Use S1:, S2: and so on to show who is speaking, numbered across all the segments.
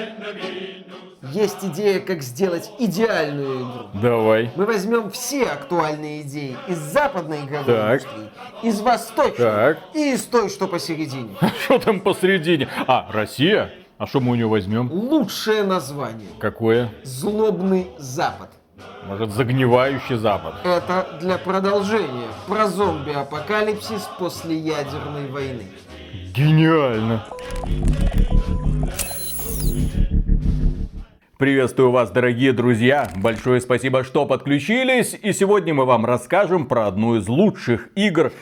S1: Есть идея, как сделать идеальную игру.
S2: Давай.
S1: Мы возьмем все актуальные идеи из западной игровой
S2: Так.
S1: индустрии, из восточной
S2: Так.
S1: и из той, что посередине.
S2: Что там посередине? А, Россия? А что мы у нее возьмем?
S1: Лучшее название.
S2: Какое?
S1: Злобный Запад.
S2: Может, загнивающий Запад?
S1: Это для продолжения про зомби-апокалипсис после ядерной войны.
S2: Гениально! Приветствую вас, дорогие друзья! Большое спасибо, что подключились. И сегодня мы вам расскажем про одну из лучших игр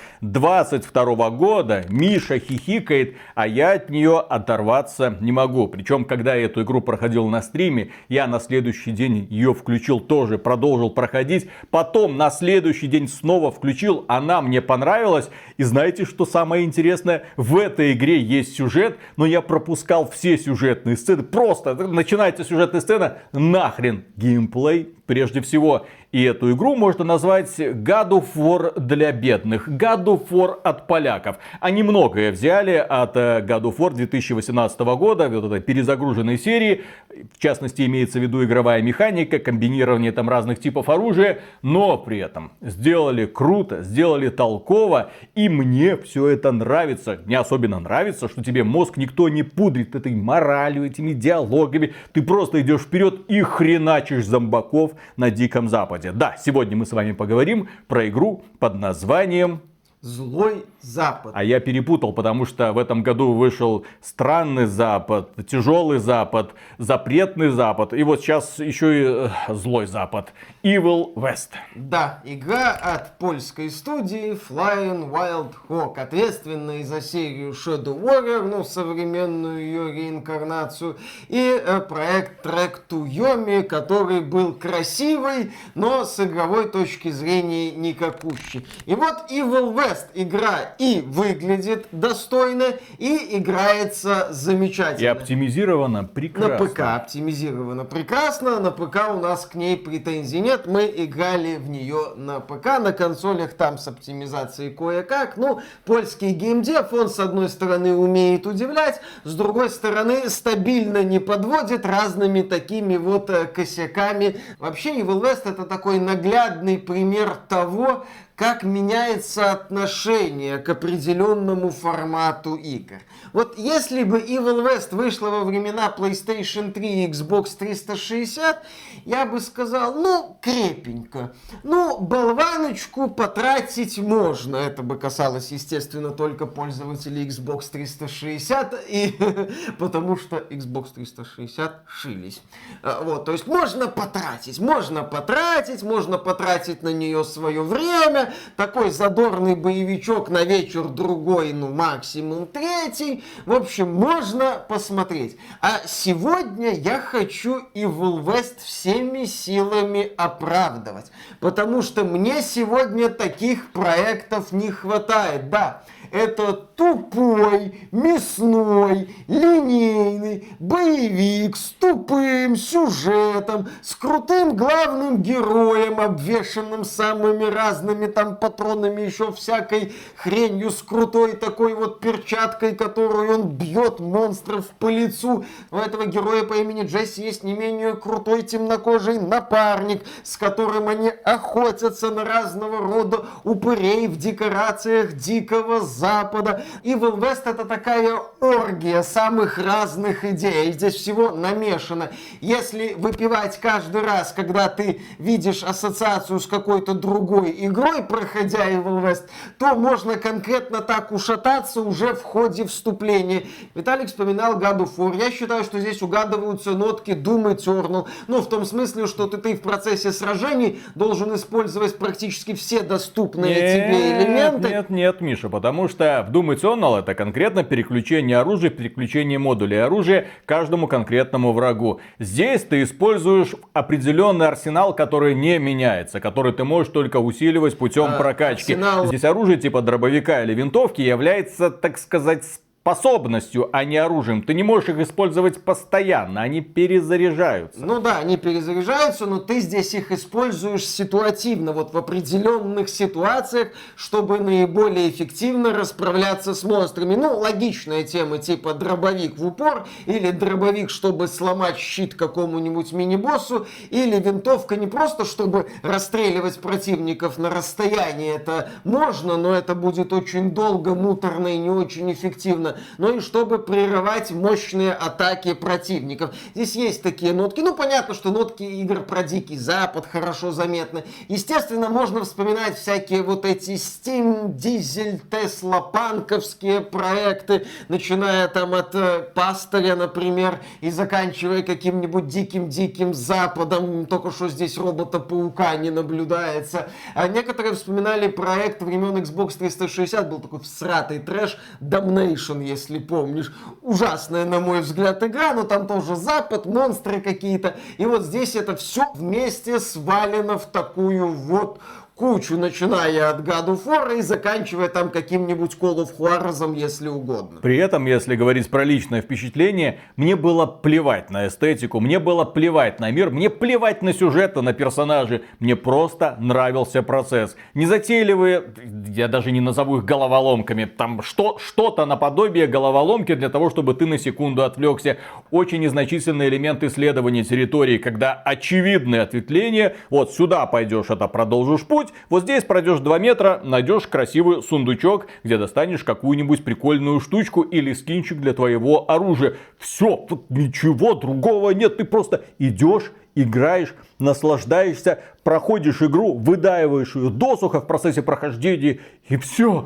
S2: 22 года. Миша хихикает, а я от нее оторваться не могу. Причем, когда я эту игру проходил на стриме, я на следующий день ее включил тоже, продолжил проходить. Потом на следующий день снова включил, она мне понравилась. И знаете, что самое интересное? В этой игре есть сюжет, но я пропускал все сюжетные сцены. Просто начинается сюжетная сцена, нахрен геймплей прежде всего. И эту игру можно назвать God of War для бедных. God of War от поляков. Они многое взяли от God of War 2018 года, вот этой перезагруженной серии. В частности, имеется в виду игровая механика, комбинирование там разных типов оружия. Но при этом сделали круто, сделали толково. И мне все это нравится. Мне особенно нравится, что тебе мозг никто не пудрит этой моралью, этими диалогами. Ты просто идешь вперед и хреначишь зомбаков на Диком Западе. Да, сегодня мы с вами поговорим про игру под названием
S1: Злой Запад.
S2: А я перепутал, потому что в этом году вышел Странный Запад, Тяжелый Запад, Запретный Запад. И вот сейчас еще и Злой Запад. Evil West.
S1: Да, игра от польской студии Flying Wild Hog, ответственной за серию Shadow Warrior, ну, современную ее реинкарнацию, и проект Track to Yomi, который был красивый, но с игровой точки зрения никакущий. И вот Evil West. Игра и выглядит достойно, и играется замечательно.
S2: И оптимизирована прекрасно.
S1: На ПК оптимизирована прекрасно, на ПК у нас к ней претензий нет. Мы играли в нее на ПК, на консолях там с оптимизацией кое-как. Ну, польский геймдев, он с одной стороны умеет удивлять, с другой стороны стабильно не подводит разными такими вот косяками. Вообще Evil West это такой наглядный пример того, как меняется отношение к определенному формату игр. Вот если бы Evil West вышла во времена PlayStation 3 и Xbox 360, я бы сказал, ну, крепенько. Ну, болваночку потратить можно. Это бы касалось, естественно, только пользователей Xbox 360, и потому что Xbox 360 шились. Вот, то есть можно потратить на нее свое время. Такой задорный боевичок на вечер другой, ну максимум третий. В общем, можно посмотреть. А сегодня я хочу Evil West всеми силами оправдывать. Потому что мне сегодня таких проектов не хватает. Да, это тупой, мясной, линейный боевик с тупым сюжетом, с крутым главным героем, обвешанным самыми разными там патронами, еще всякой хренью, с крутой такой вот перчаткой, которую он бьет монстров по лицу. У этого героя по имени Джесси есть не менее крутой темнокожий напарник, с которым они охотятся на разного рода упырей в декорациях Дикого Запада. Evil West это такая оргия самых разных идей. Здесь всего намешано. Если выпивать каждый раз, когда ты видишь ассоциацию с какой-то другой игрой, проходя Evil West, то можно конкретно так ушататься уже в ходе вступления. Виталик вспоминал God of War. Я считаю, что здесь угадываются нотки Doom Eternal. Ну, в том смысле, что ты в процессе сражений должен использовать практически все доступные тебе элементы.
S2: Нет, Миша, потому что в Doom Eternal это конкретно переключение оружия, переключение модулей оружия каждому конкретному врагу. Здесь ты используешь определенный арсенал, который не меняется, который ты можешь только усиливать путем прокачки. Здесь оружие типа дробовика или винтовки является, так сказать, способностью, а не оружием. Ты не можешь их использовать постоянно, они перезаряжаются.
S1: Ну да, они перезаряжаются, но ты здесь их используешь ситуативно, вот в определенных ситуациях, чтобы наиболее эффективно расправляться с монстрами. Ну, логичная тема, типа дробовик в упор, или дробовик, чтобы сломать щит какому-нибудь мини-боссу, или винтовка не просто, чтобы расстреливать противников на расстоянии, это можно, но это будет очень долго, муторно и не очень эффективно, но и чтобы прерывать мощные атаки противников. Здесь есть такие нотки. Ну, понятно, что нотки игр про Дикий Запад хорошо заметны. Естественно, можно вспоминать всякие вот эти Steam, Diesel, Tesla, панковские проекты, начиная там от Пастыря, например, и заканчивая каким-нибудь Диким Западом. Только что здесь робота-паука не наблюдается. А некоторые вспоминали проект времен Xbox 360, был такой всратый трэш, Damnation, если помнишь. Ужасная, на мой взгляд, игра, но там тоже Запад, монстры какие-то. И вот здесь это все вместе свалено в такую вот кучу, начиная от God of War и заканчивая там каким-нибудь Call of Juarez, если угодно.
S2: При этом, если говорить про личное впечатление, мне было плевать на эстетику, мне было плевать на мир, мне плевать на сюжеты, на персонажей. Мне просто нравился процесс. Незатейливые, я даже не назову их головоломками, там что-то наподобие головоломки для того, чтобы ты на секунду отвлекся. Очень незначительный элемент исследования территории, когда очевидное ответвление, вот сюда пойдешь, это продолжишь путь, вот здесь пройдешь 2 метра, найдешь красивый сундучок, где достанешь какую-нибудь прикольную штучку или скинчик для твоего оружия. Все, тут ничего другого нет, ты просто идешь, играешь, наслаждаешься, проходишь игру, выдаиваешь ее досуха в процессе прохождения, и все.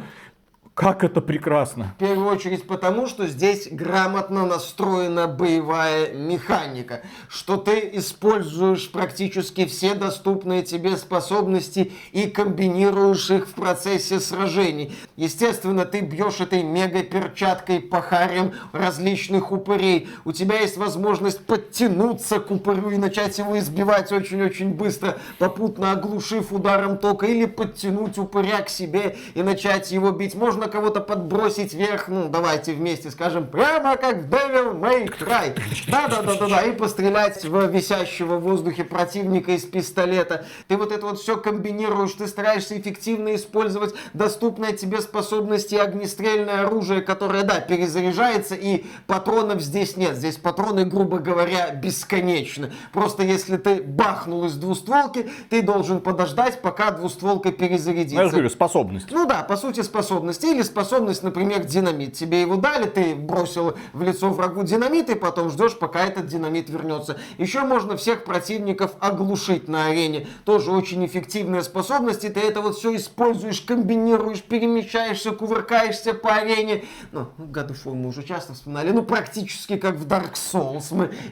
S2: Как это прекрасно.
S1: В первую очередь потому, что здесь грамотно настроена боевая механика, что ты используешь практически все доступные тебе способности и комбинируешь их в процессе сражений. Естественно, ты бьешь этой мега-перчаткой по харям различных упырей. У тебя есть возможность подтянуться к упырю и начать его избивать очень-очень быстро, попутно оглушив ударом тока, или подтянуть упыря к себе и начать его бить. Можно кого-то подбросить вверх, ну, давайте вместе скажем, прямо как в Devil May Cry. Да, и пострелять в висящего в воздухе противника из пистолета. Ты вот это вот все комбинируешь, ты стараешься эффективно использовать доступное тебе способности огнестрельное оружие, которое, да, перезаряжается, и патронов здесь нет. Здесь патроны, грубо говоря, бесконечны. Просто если ты бахнул из двустволки, ты должен подождать, пока двустволка перезарядится.
S2: Я же говорю, способность.
S1: Ну да, по сути способность. Или способность, например, динамит. Тебе его дали, ты бросил в лицо врагу динамит, и потом ждешь, пока этот динамит вернется. Еще можно всех противников оглушить на арене. Тоже очень эффективная способность, и ты это вот все используешь, комбинируешь, перемещаешься, кувыркаешься по арене. Ну, God of War мы уже часто вспоминали, ну, практически как в Dark Souls.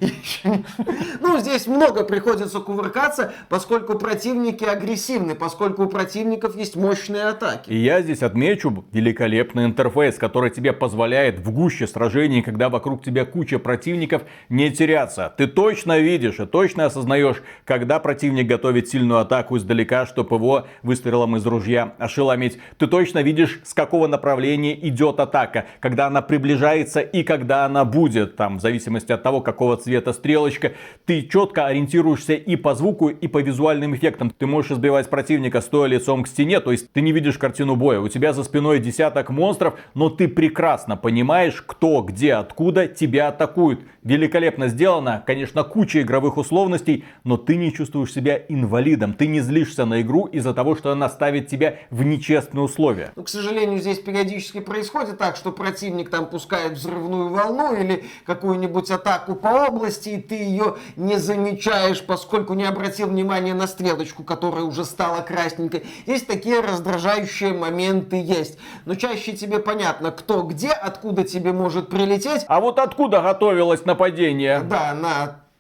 S1: Ну, здесь много приходится кувыркаться, поскольку противники агрессивны, поскольку у противников есть мощные атаки.
S2: И я здесь отмечу великолепный интерфейс, который тебе позволяет в гуще сражений, когда вокруг тебя куча противников, не теряться. Ты точно видишь и точно осознаешь, когда противник готовит сильную атаку издалека, чтобы его выстрелом из ружья ошеломить. Ты точно видишь, с какого направления идет атака, когда она приближается и когда она будет, там, в зависимости от того, какого цвета стрелочка. Ты четко ориентируешься и по звуку, и по визуальным эффектам. Ты можешь избивать противника, стоя лицом к стене, то есть ты не видишь картину боя. У тебя за спиной десяток монстров, но ты прекрасно понимаешь, кто, где, откуда тебя атакует. Великолепно сделано, конечно, куча игровых условностей, но ты не чувствуешь себя инвалидом, ты не злишься на игру из-за того, что она ставит тебя в нечестные условия.
S1: Ну, к сожалению, здесь периодически происходит так, что противник там пускает взрывную волну или какую-нибудь атаку по области, и ты ее не замечаешь, поскольку не обратил внимания на стрелочку, которая уже стала красненькой. Здесь такие раздражающие моменты есть. Но чаще тебе понятно, кто где, откуда тебе может прилететь.
S2: А вот откуда готовилось нападение?
S1: Да, на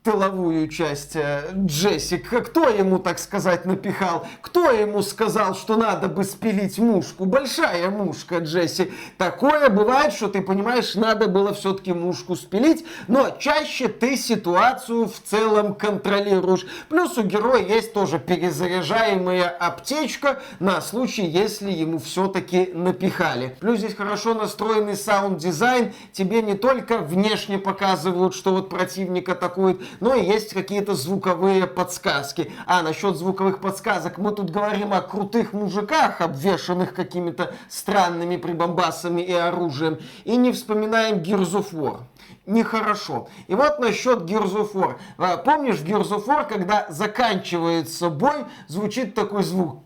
S1: тыловую часть Джесси. Кто ему, так сказать, напихал? Кто ему сказал, что надо бы спилить мушку? Большая мушка Джесси. Такое бывает, что ты понимаешь, надо было все-таки мушку спилить, но чаще ты ситуацию в целом контролируешь. Плюс у героя есть тоже перезаряжаемая аптечка на случай, если ему все-таки напихали. Плюс здесь хорошо настроенный саунд-дизайн. Тебе не только внешне показывают, что вот противник атакует, но и есть какие-то звуковые подсказки. А насчет звуковых подсказок, мы тут говорим о крутых мужиках, обвешанных какими-то странными прибамбасами и оружием, и не вспоминаем Gears of War. Нехорошо. И вот насчет Gears of War. Помнишь, в Gears of War, когда заканчивается бой, звучит такой звук,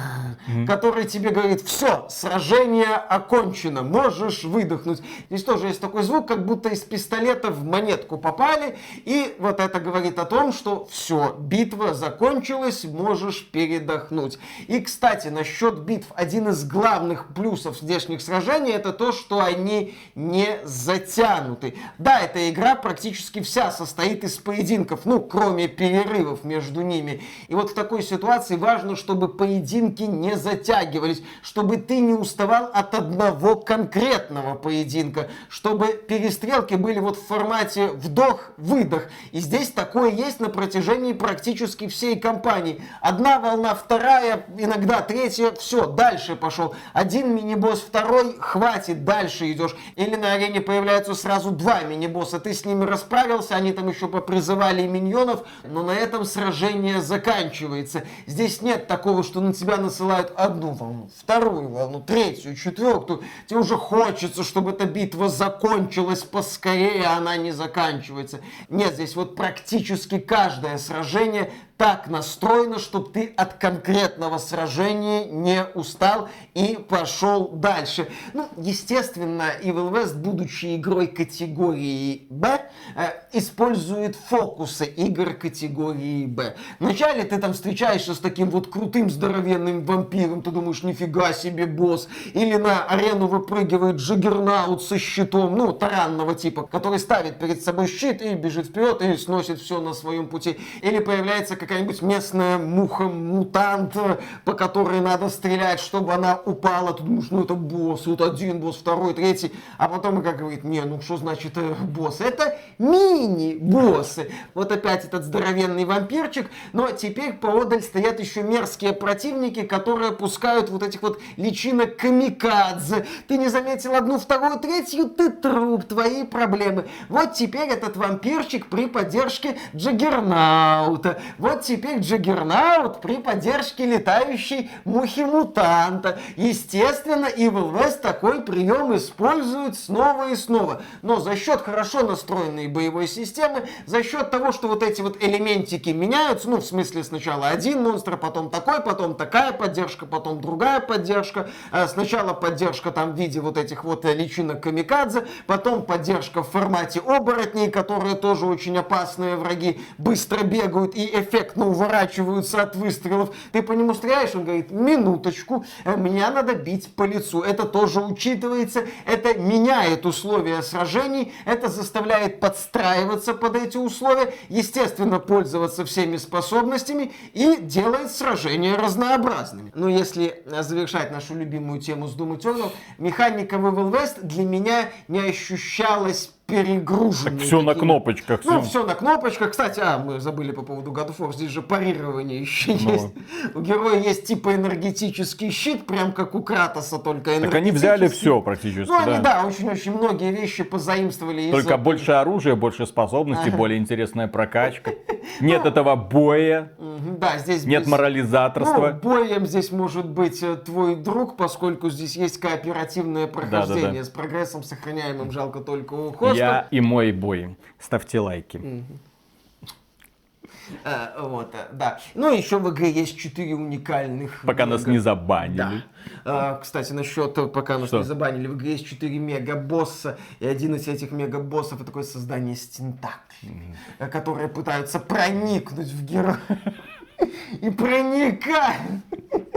S1: который тебе говорит: все, сражение окончено, можешь выдохнуть. Здесь тоже есть такой звук, как будто из пистолета в монетку попали, и вот это говорит о том, что все, битва закончилась, можешь передохнуть. И, кстати, насчет битв, один из главных плюсов здешних сражений — это то, что они не затянуты. Да, эта игра практически вся состоит из поединков, ну, кроме перерывов между ними. И вот в такой ситуации важно, чтобы поединки не затягивались, чтобы ты не уставал от одного конкретного поединка, чтобы перестрелки были вот в формате вдох-выдох. И здесь такое есть на протяжении практически всей кампании. Одна волна, вторая, иногда третья, все, дальше пошел. Один мини-босс, второй, хватит, дальше идешь. Или на арене появляются сразу два мини-босса, ты с ними расправился, они там еще попризывали миньонов, но на этом сражение заканчивается. Здесь нет такого, что на тебя насылают одну волну, вторую волну, третью, четвертую. Тебе уже хочется, чтобы эта битва закончилась поскорее, а она не заканчивается. Нет, здесь вот практически каждое сражение так настроено, чтобы ты от конкретного сражения не устал и пошел дальше. Ну, естественно, Evil West, будучи игрой категории Б, использует фокусы игр категории Б. Вначале ты там встречаешься с таким вот крутым здоровенным вампиром, ты думаешь, нифига себе босс. Или на арену выпрыгивает Джаггернаут со щитом, ну, таранного типа, который ставит перед собой щит и бежит вперед и сносит все на своем пути. Или появляется какая-нибудь местная муха-мутант, по которой надо стрелять, чтобы она упала. Ты думаешь, ну это босс, вот один босс, второй, третий. А потом, как говорит, не, ну что значит босс? Это мини-боссы. Вот опять этот здоровенный вампирчик. Но теперь поодаль стоят еще мерзкие противники, которые пускают вот этих вот личинок камикадзе. Ты не заметил одну, вторую, третью, ты труп, твои проблемы. Вот теперь этот вампирчик при поддержке Джаггернаута. Вот теперь Джаггернаут при поддержке летающей мухи-мутанта. Естественно, Evil West такой прием использует снова и снова. Но за счет хорошо настроенной боевой системы, за счет того, что вот эти вот элементики меняются, ну, в смысле, сначала один монстр, потом такой, потом такая поддержка, потом другая поддержка. Сначала поддержка там в виде вот этих вот личинок камикадзе, потом поддержка в формате оборотней, которые тоже очень опасные враги, быстро бегают и эффектно уворачиваются от выстрелов. Ты по нему стреляешь, он говорит: минуточку, меня надо бить по лицу. Это тоже учитывается, это меняет условия сражений, это заставляет подстраиваться под эти условия, естественно, пользоваться всеми способностями и делает сражения разнообразными. Но если завершать нашу любимую тему с Doom Eternal, механика в Evil West для меня не ощущалась перегруженный.
S2: Все на кнопочках.
S1: Ну, все на кнопочках. Кстати, мы забыли по поводу God of War, здесь же парирование еще есть. У героя есть типа энергетический щит, прям как у Кратоса, только энергетический.
S2: Так они взяли все практически,
S1: ну, они, да, очень-очень многие вещи позаимствовали.
S2: Только больше оружия, больше способностей, более интересная прокачка. Нет этого боя,
S1: да, здесь
S2: нет морализаторства.
S1: Ну, боем здесь может быть твой друг, поскольку здесь есть кооперативное прохождение с прогрессом сохраняемым, жалко только у хоста.
S2: Я и мой бой. Ставьте лайки.
S1: Вот, да. Ну, еще в игре есть 4 уникальных...
S2: Пока нас не забанили.
S1: Да. Кстати, насчет пока нас не забанили, в игре есть 4 мега-босса, и один из этих мега-боссов — это такое создание с тентаклями, которые пытаются проникнуть в героя. И проникают.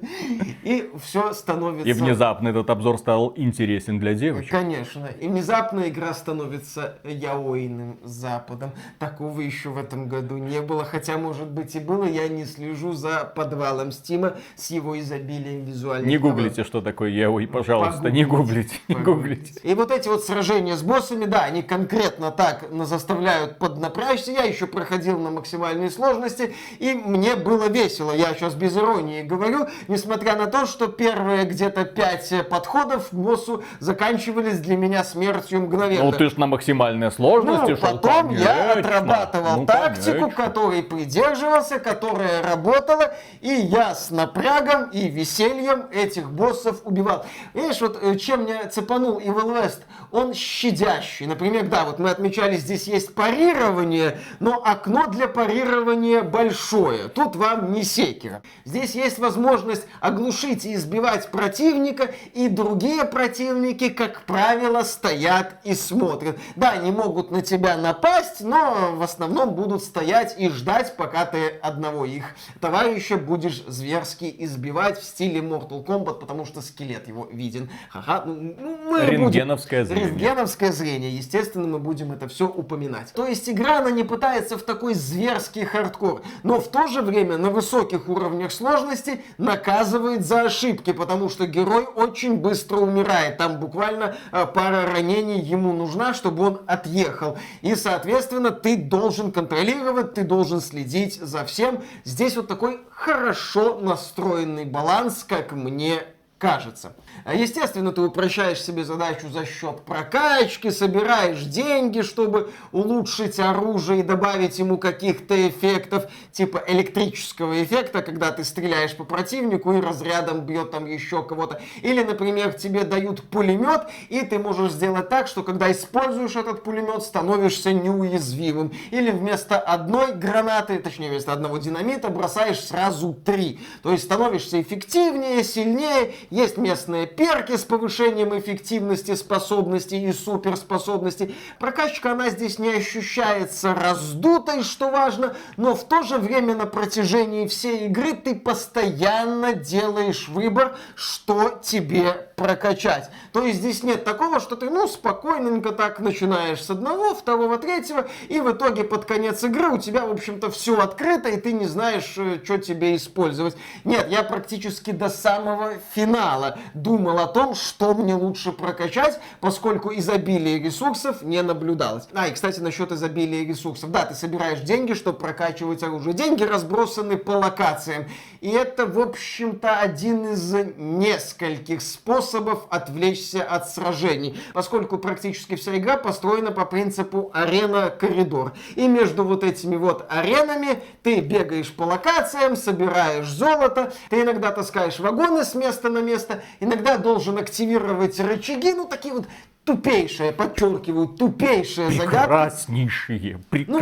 S1: И все становится...
S2: И внезапно этот обзор стал интересен для девочек.
S1: Конечно. И внезапно игра становится яойным западом. Такого еще в этом году не было. Хотя, может быть, и было. Я не слежу за подвалом Стима с его изобилием визуальных.
S2: Не гуглите, что такое яой, пожалуйста. Не гуглите. Не гуглите.
S1: И вот эти вот сражения с боссами, да, они конкретно так заставляют поднапрячься. Я еще проходил на максимальной сложности, и мне было весело. Я сейчас без иронии говорю, несмотря на то, что первые где-то 5 подходов к боссу заканчивались для меня смертью мгновенно.
S2: Ну ты ж на максимальной сложности шел.
S1: Потом
S2: конечно.
S1: я отрабатывал тактику,
S2: Конечно.
S1: которой придерживался, которая работала, и я с напрягом и весельем этих боссов убивал. Видишь, вот чем меня цепанул Evil West, он щадящий. Например, да, вот мы отмечали, здесь есть парирование, но окно для парирования большое. Тут вам не секера. Здесь есть возможность оглушить и избивать противника, и другие противники, как правило, стоят и смотрят. Да, они могут на тебя напасть, но в основном будут стоять и ждать, пока ты одного их товарища будешь зверски избивать в стиле Mortal Kombat, потому что скелет его виден. Ха-ха.
S2: Рентгеновское зрение.
S1: Рентгеновское зрение. Естественно, мы будем это все упоминать. То есть игра, она не пытается в такой зверский хардкор, но в то же время на высоких уровнях сложности наказывает за ошибки, потому что герой очень быстро умирает. Там буквально пара ранений ему нужна, чтобы он отъехал. И, соответственно, ты должен контролировать, ты должен следить за всем. Здесь вот такой хорошо настроенный баланс, как мне кажется. Естественно, ты упрощаешь себе задачу за счет прокачки, собираешь деньги, чтобы улучшить оружие и добавить ему каких-то эффектов, типа электрического эффекта, когда ты стреляешь по противнику и разрядом бьет там еще кого-то. Или, например, тебе дают пулемет, и ты можешь сделать так, что когда используешь этот пулемет, становишься неуязвимым. Или вместо одной гранаты, точнее, вместо одного динамита бросаешь сразу 3. То есть становишься эффективнее, сильнее. Есть местные перки с повышением эффективности, способностей и суперспособностей. Прокачка, она здесь не ощущается раздутой, что важно, но в то же время на протяжении всей игры ты постоянно делаешь выбор, что тебе прокачать. То есть здесь нет такого, что ты, спокойненько так начинаешь с одного, второго, третьего, и в итоге под конец игры у тебя, в общем-то, все открыто, и ты не знаешь, что тебе использовать. Нет, я практически до самого финала думал о том, что мне лучше прокачать, поскольку изобилие ресурсов не наблюдалось. И, кстати, насчет изобилия ресурсов. Да, ты собираешь деньги, чтобы прокачивать оружие. Деньги разбросаны по локациям. И это, в общем-то, один из нескольких способов отвлечься от сражений, поскольку практически вся игра построена по принципу арена-коридор. И между вот этими вот аренами ты бегаешь по локациям, собираешь золото, ты иногда таскаешь вагоны с места на место, иногда должен активировать рычаги, такие вот тупейшие, подчеркиваю, тупейшие загадки.
S2: Прекраснейшие,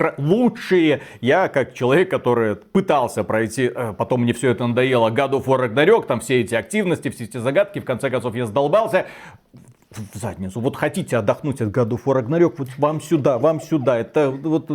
S2: лучшие. Я, как человек, который пытался пройти, потом мне все это надоело, God of War Ragnarok, там все эти активности, все эти загадки, в конце концов я задолбался. В задницу. Вот хотите отдохнуть от God of War Ragnarok, вот вам сюда. Это вот...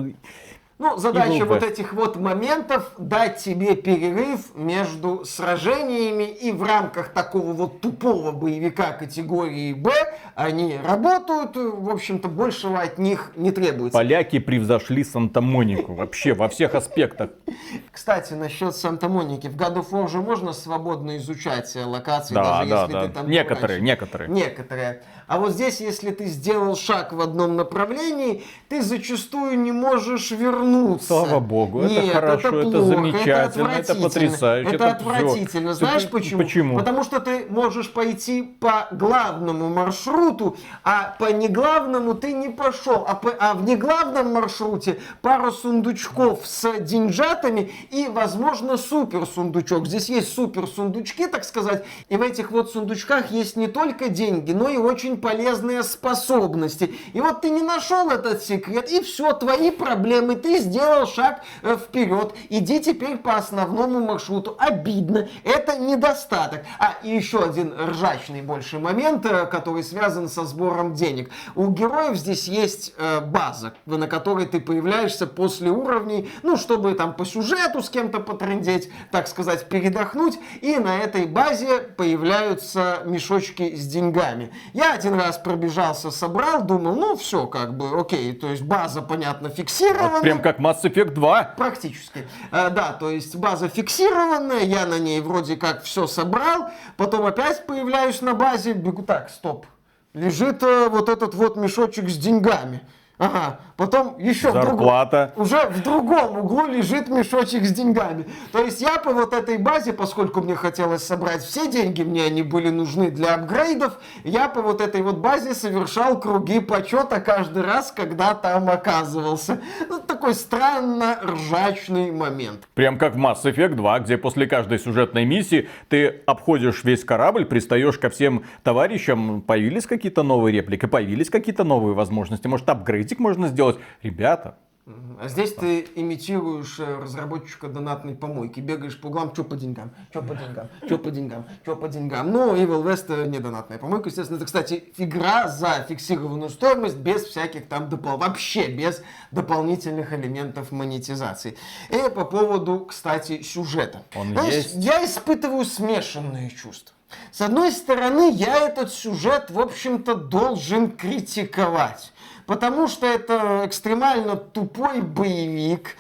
S1: Задача вот этих вот моментов дать тебе перерыв между сражениями, и в рамках такого вот тупого боевика категории Б они работают, в общем-то, большего от них не требуется.
S2: Поляки превзошли Санта-Монику вообще во всех аспектах.
S1: Кстати, насчет Санта-Моники, в God of War же можно свободно изучать локации, даже если ты там... Некоторые. А вот здесь, если ты сделал шаг в одном направлении, ты зачастую не можешь вернуться.
S2: Слава богу, это хорошо, это замечательно, это потрясающе.
S1: Это отвратительно. Знаешь почему?
S2: Почему?
S1: Потому что ты можешь пойти по главному маршруту, а по неглавному ты не пошел. А в неглавном маршруте пару сундучков с деньжатами и, возможно, супер сундучок. Здесь есть супер сундучки, так сказать, и в этих вот сундучках есть не только деньги, но и очень полезные способности. И вот ты не нашел этот секрет, и все, твои проблемы, ты сделал шаг вперед, иди теперь по основному маршруту. Обидно, это недостаток. И еще один ржачный больше момент, который связан со сбором денег. У героев здесь есть база, на которой ты появляешься после уровней, ну, чтобы там по сюжету с кем-то потрындеть, так сказать, передохнуть, и на этой базе появляются мешочки с деньгами. Я один раз пробежался, собрал, думал, ну, все, как бы, окей, то есть база, понятно, фиксирована.
S2: Вот прям как Mass Effect 2.
S1: Практически. Да, то есть база фиксированная, я на ней вроде как все собрал, потом опять появляюсь на базе, бегу, так, стоп, лежит вот этот вот мешочек с деньгами. Ага, потом еще
S2: зарплата.
S1: Уже в другом углу лежит мешочек с деньгами. То есть я по вот этой базе, поскольку мне хотелось собрать все деньги, мне они были нужны для апгрейдов, я по вот этой вот базе совершал круги почета каждый раз, когда там оказывался. Ну, такой странно ржачный момент.
S2: Прям как в Mass Effect 2, где после каждой сюжетной миссии ты обходишь весь корабль, пристаешь ко всем товарищам, появились какие-то новые реплики, появились какие-то новые возможности, может апгрейдик можно сделать. Ребята.
S1: А здесь ты имитируешь разработчика донатной помойки, бегаешь по углам, что по деньгам, что по деньгам, что по деньгам, что по деньгам. Ну, Evil West не донатная помойка, естественно. Это, кстати, игра за фиксированную стоимость, без всяких там вообще без дополнительных элементов монетизации. И по поводу, кстати, сюжета. Я испытываю смешанные чувства. С одной стороны, я этот сюжет, в общем-то, должен критиковать. Потому что это экстремально тупой боевик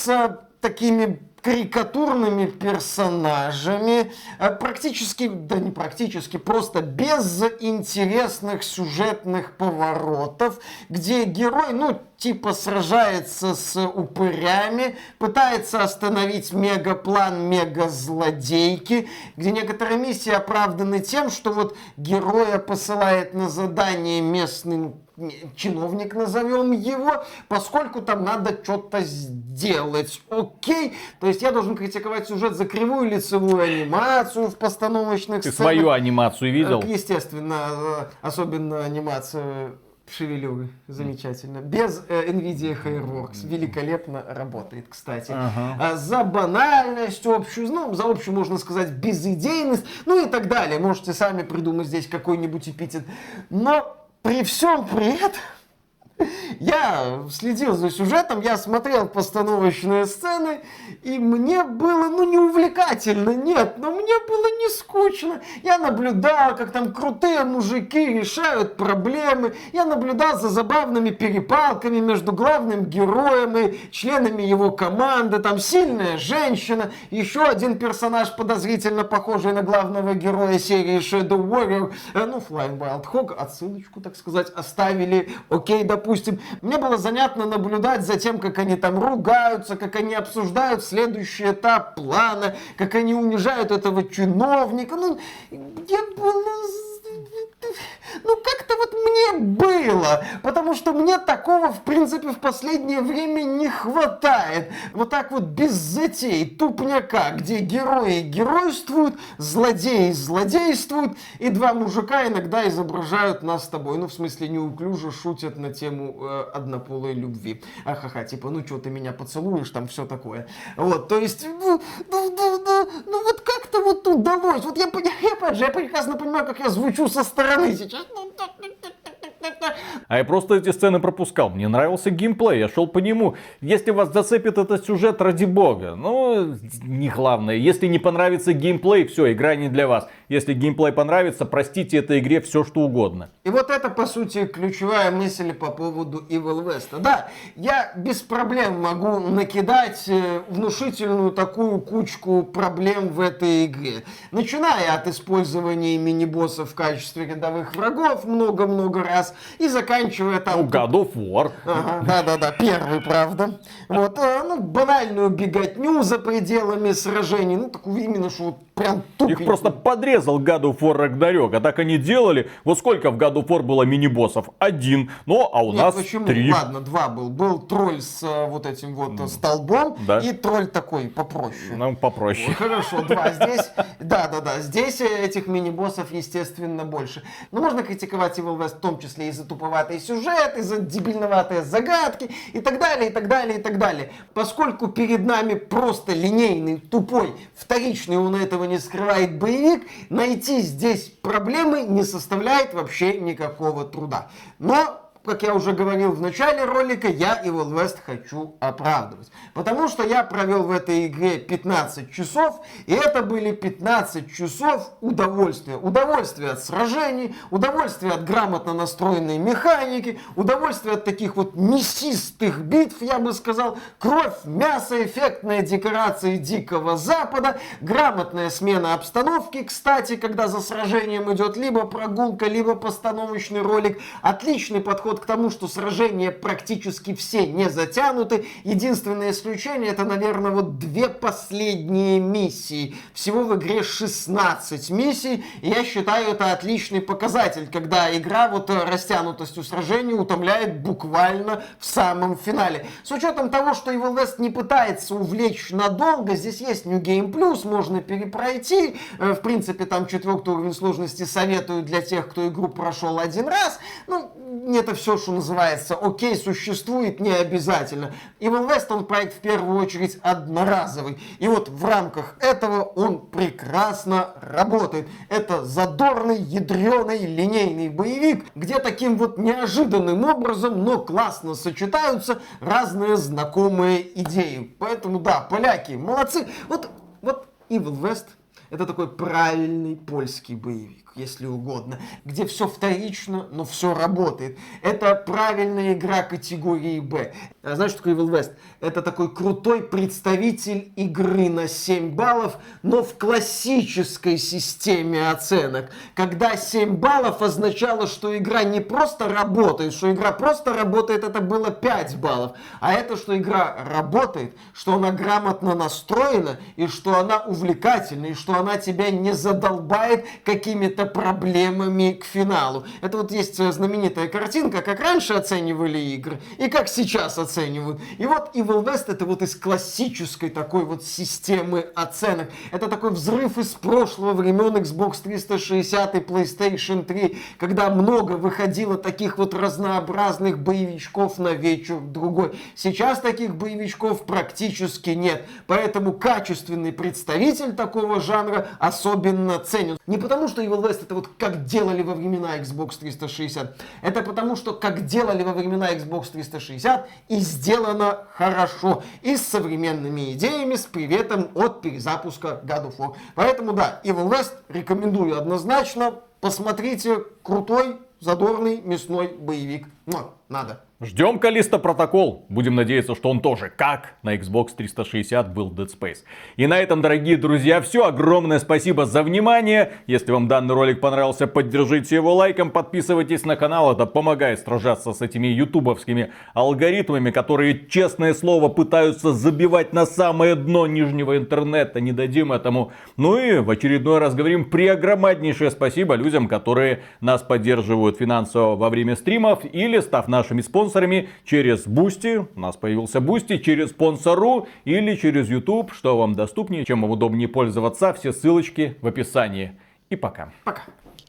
S1: с такими карикатурными персонажами, практически, да не практически, просто без интересных сюжетных поворотов, где герой, ну, типа сражается с упырями, пытается остановить мегаплан мегазлодейки, где некоторые миссии оправданы тем, что вот героя посылает на задание местный чиновник, назовем его, поскольку там надо что-то сделать. Окей? То есть я должен критиковать сюжет за кривую лицевую анимацию в постановочных
S2: Ты
S1: сценах.
S2: свою анимацию видел?
S1: Естественно, особенно анимацию шевелюры. Замечательно. Без NVIDIA Hairworks. Великолепно работает, кстати. За банальность общую, ну, за общую, можно сказать, безидейность, ну и так далее. Можете сами придумать здесь какой-нибудь эпитет. Но при всем при этом я следил за сюжетом, я смотрел постановочные сцены, и мне было, ну, не увлекательно, нет, но мне было не скучно. Я наблюдал, как там крутые мужики решают проблемы, я наблюдал за забавными перепалками между главным героем и членами его команды, там сильная женщина, еще один персонаж, подозрительно похожий на главного героя серии Shadow Warrior, ну, Flying Wild Hog, отсылочку, так сказать, оставили, окей, допустим. Мне было занятно наблюдать за тем, как они там ругаются, как они обсуждают следующий этап плана, как они унижают этого чиновника. Ну, я было... Ну, как-то вот мне было, потому что мне такого, в принципе, в последнее время не хватает. Вот так вот без затей, тупняка, где герои геройствуют, злодеи злодействуют, и два мужика иногда изображают нас с тобой. Ну, в смысле, неуклюже шутят на тему однополой любви. Ахаха, типа, ну, что, ты меня поцелуешь, там все такое. Вот, то есть, ну вот как-то вот удалось. Вот я прекрасно понимаю, как я звучу со стороны сейчас.
S2: А я просто эти сцены пропускал. Мне нравился геймплей, я шел по нему. Если вас зацепит этот сюжет, ради бога. Ну, не главное. Если не понравится геймплей, все, игра не для вас. Если геймплей понравится, простите этой игре все, что угодно.
S1: И вот это, по сути, ключевая мысль по поводу Evil West. Да, я без проблем могу накидать внушительную такую кучку проблем в этой игре. Начиная от использования мини-боссов в качестве рядовых врагов много-много раз и заканчивая там...
S2: Ну, God of War.
S1: Да-да-да, первый, правда. Вот, ну, банальную беготню за пределами сражений. Ну, такую именно, что вот прям тупенькую.
S2: Их просто подрезали зарезал God of War Ragnarok. А так они делали. Вот сколько в God of War было мини-боссов? 1. Ну, а у нас
S1: почему?
S2: 3.
S1: Ладно, 2 был. Был тролль с вот этим вот столбом,
S2: Да.
S1: и тролль такой попроще.
S2: Нам попроще.
S1: Хорошо, 2. Здесь, да. Здесь этих мини-боссов, естественно, больше. Но можно критиковать Evil West в том числе и за туповатый сюжет, и за дебильноватые загадки, и так далее, и так далее, и так далее. Поскольку перед нами просто линейный, тупой, вторичный, он этого не скрывает, боевик, найти здесь проблемы не составляет вообще никакого труда. Но, как я уже говорил в начале ролика, я Evil West хочу оправдывать. Потому что я провел в этой игре 15 часов, и это были 15 часов удовольствия. Удовольствие от сражений, удовольствие от грамотно настроенной механики, удовольствие от таких вот мясистых битв, я бы сказал, кровь, мясо, эффектные декорации Дикого Запада, грамотная смена обстановки, кстати, когда за сражением идет либо прогулка, либо постановочный ролик, отличный подход к тому, что сражения практически все не затянуты. Единственное исключение — это, наверное, вот 2 последние миссии. Всего в игре 16 миссий, и я считаю, это отличный показатель, когда игра вот растянутостью сражений утомляет буквально в самом финале. С учетом того, что Evil West не пытается увлечь надолго, здесь есть New Game Plus, можно перепройти. В принципе, там 4-й уровень сложности советую для тех, кто игру прошел один раз. Ну, это все, что называется, окей, существует, не обязательно. Evil West, он проект в первую очередь одноразовый. И вот в рамках этого он прекрасно работает. Это задорный, ядреный, линейный боевик, где таким вот неожиданным образом, но классно сочетаются разные знакомые идеи. Поэтому, да, поляки, молодцы. Вот Evil West — это такой правильный польский боевик, если угодно, где все вторично, но все работает. Это правильная игра категории Б. А знаешь, что такое Evil West? Это такой крутой представитель игры на 7 баллов, но в классической системе оценок. Когда 7 баллов означало, что игра не просто работает, что игра просто работает, это было 5 баллов. А это, что игра работает, что она грамотно настроена, и что она увлекательна, и что она тебя не задолбает какими-то проблемами к финалу. Это вот есть знаменитая картинка, как раньше оценивали игры и как сейчас оценивают. И вот Evil West — это вот из классической такой вот системы оценок. Это такой взрыв из прошлого, времен Xbox 360 и PlayStation 3, когда много выходило таких вот разнообразных боевичков на вечер-другой. Сейчас таких боевичков практически нет. Поэтому качественный представитель такого жанра особенно ценен. Не потому, что Evil West — это вот как делали во времена Xbox 360. Это потому, что как делали во времена Xbox 360 и сделано хорошо. И с современными идеями, с приветом от перезапуска God of War. Поэтому да, Evil West рекомендую однозначно. Посмотрите, крутой, задорный, мясной боевик. Но надо.
S2: Ждем Callisto Protocol. Будем надеяться, что он тоже, как на Xbox 360 был Dead Space. И на этом, дорогие друзья, все. Огромное спасибо за внимание. Если вам данный ролик понравился, поддержите его лайком, подписывайтесь на канал. Это помогает сражаться с этими ютубовскими алгоритмами, которые, честное слово, пытаются забивать на самое дно нижнего интернета. Не дадим этому. Ну и в очередной раз говорим преогромаднейшее спасибо людям, которые нас поддерживают финансово во время стримов или став нашими спонсорами через Boosty. У нас появился Boosty, через Sponsor.ru или через YouTube, что вам доступнее, чем вам удобнее пользоваться. Все ссылочки в описании. И пока.
S1: Пока.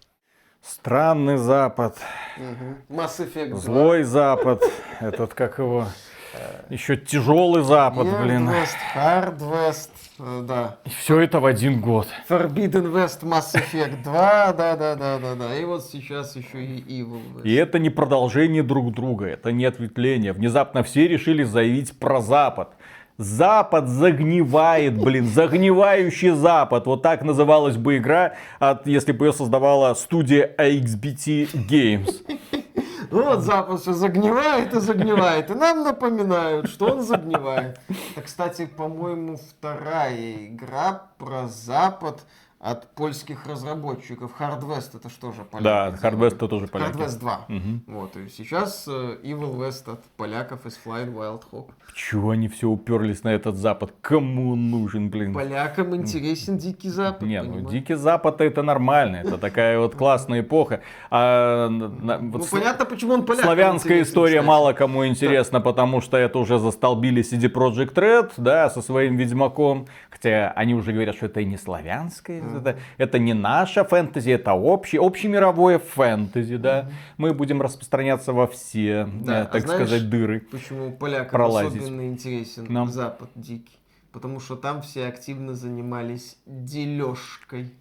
S2: Странный Запад.
S1: Mass Effect 2.
S2: Злой Запад. Этот, как его... Еще тяжелый Запад, блин.
S1: West, Hard West, да.
S2: И все это в один год.
S1: Forbidden West, Mass Effect 2, да. И вот сейчас еще и Evil West.
S2: И это не продолжение друг друга, это не ответвление. Внезапно все решили заявить про Запад. Запад загнивает, блин, загнивающий Запад. Вот так называлась бы игра, если бы ее создавала студия AXBT Games.
S1: Вот Запад все загнивает и загнивает. И нам напоминают, что он загнивает. Это, кстати, по-моему, вторая игра про Запад. от польских разработчиков. Hard West это что же поляки?
S2: Да, Hard West
S1: делали?
S2: это тоже поляки.
S1: Hard West 2.
S2: Мгм.
S1: Вот, и сейчас Evil West от поляков из Flying Wild Hog.
S2: Чего они все уперлись на этот Запад? Кому он нужен, блин?
S1: Полякам интересен Дикий Запад.
S2: Не, ну
S1: понимаешь?
S2: Дикий Запад это нормально, это такая вот классная эпоха.
S1: Ну, понятно, почему он полякам
S2: Славянская
S1: интересен,
S2: история
S1: кстати.
S2: мало кому интересна, потому что это уже застолбили CD Projekt Red, да, со своим Ведьмаком. Хотя они уже говорят, что это и не славянское, это не наша фэнтези, это общемировое фэнтези, да. Мы будем распространяться во все,
S1: Да,
S2: так
S1: знаешь,
S2: сказать, дыры.
S1: Почему полякам
S2: Пролазить.
S1: особенно интересен
S2: Нам.
S1: Запад дикий? Потому что там все активно занимались дележкой.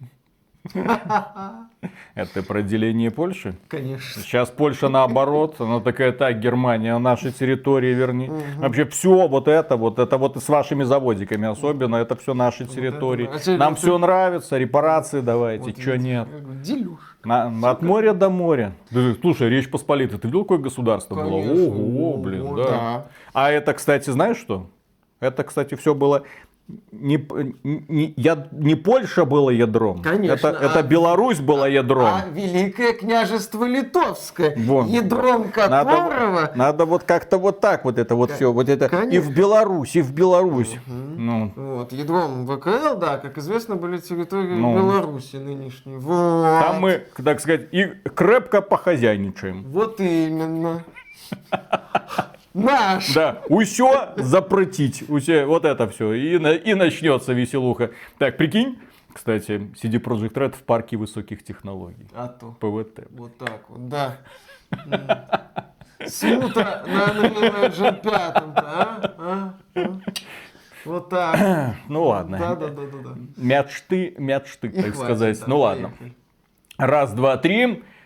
S2: Это про деление Польши?
S1: Конечно.
S2: Сейчас Польша наоборот, она такая, так, Германия, наши территории верни. Вообще все вот это вот и с вашими заводиками особенно, это все наши территории.
S1: это да. А теперь
S2: Нам
S1: вот
S2: все нравится, репарации давайте,
S1: Вот
S2: чё
S1: видите,
S2: нет.
S1: я говорю, дележ.
S2: От моря до моря. Да, слушай, Речь Посполитая, ты видел, какое государство
S1: Конечно.
S2: было? Ого, блин,
S1: Ого,
S2: да.
S1: да.
S2: А это, кстати, знаешь что? Это, кстати, все было... Не Польша была ядром,
S1: Конечно,
S2: это Беларусь была ядром.
S1: А Великое княжество Литовское,
S2: Вон.
S1: ядром которого...
S2: Надо вот как-то вот так вот это вот все, вот это и
S1: Конечно.
S2: в Беларусь, и в Беларусь. Ну,
S1: Вот, ядром ВКЛ, да, как известно, были территории
S2: Ну.
S1: Беларуси нынешней. Вот.
S2: там мы, так сказать, и крепко похозяйничаем.
S1: Вот именно. Наш.
S2: Да, усё запретить, вот это все, и начнется веселуха. Так, прикинь, кстати, CD Projekt Red в парке высоких технологий.
S1: А то.
S2: ПВТ.
S1: Вот так вот, да. Смута на Unreal Engine 5-то, а? Вот так.
S2: Ну ладно.
S1: Да.
S2: Мячты,
S1: И
S2: так
S1: хватит,
S2: сказать.
S1: да,
S2: Ну ладно.
S1: поехали.
S2: Раз, два, три.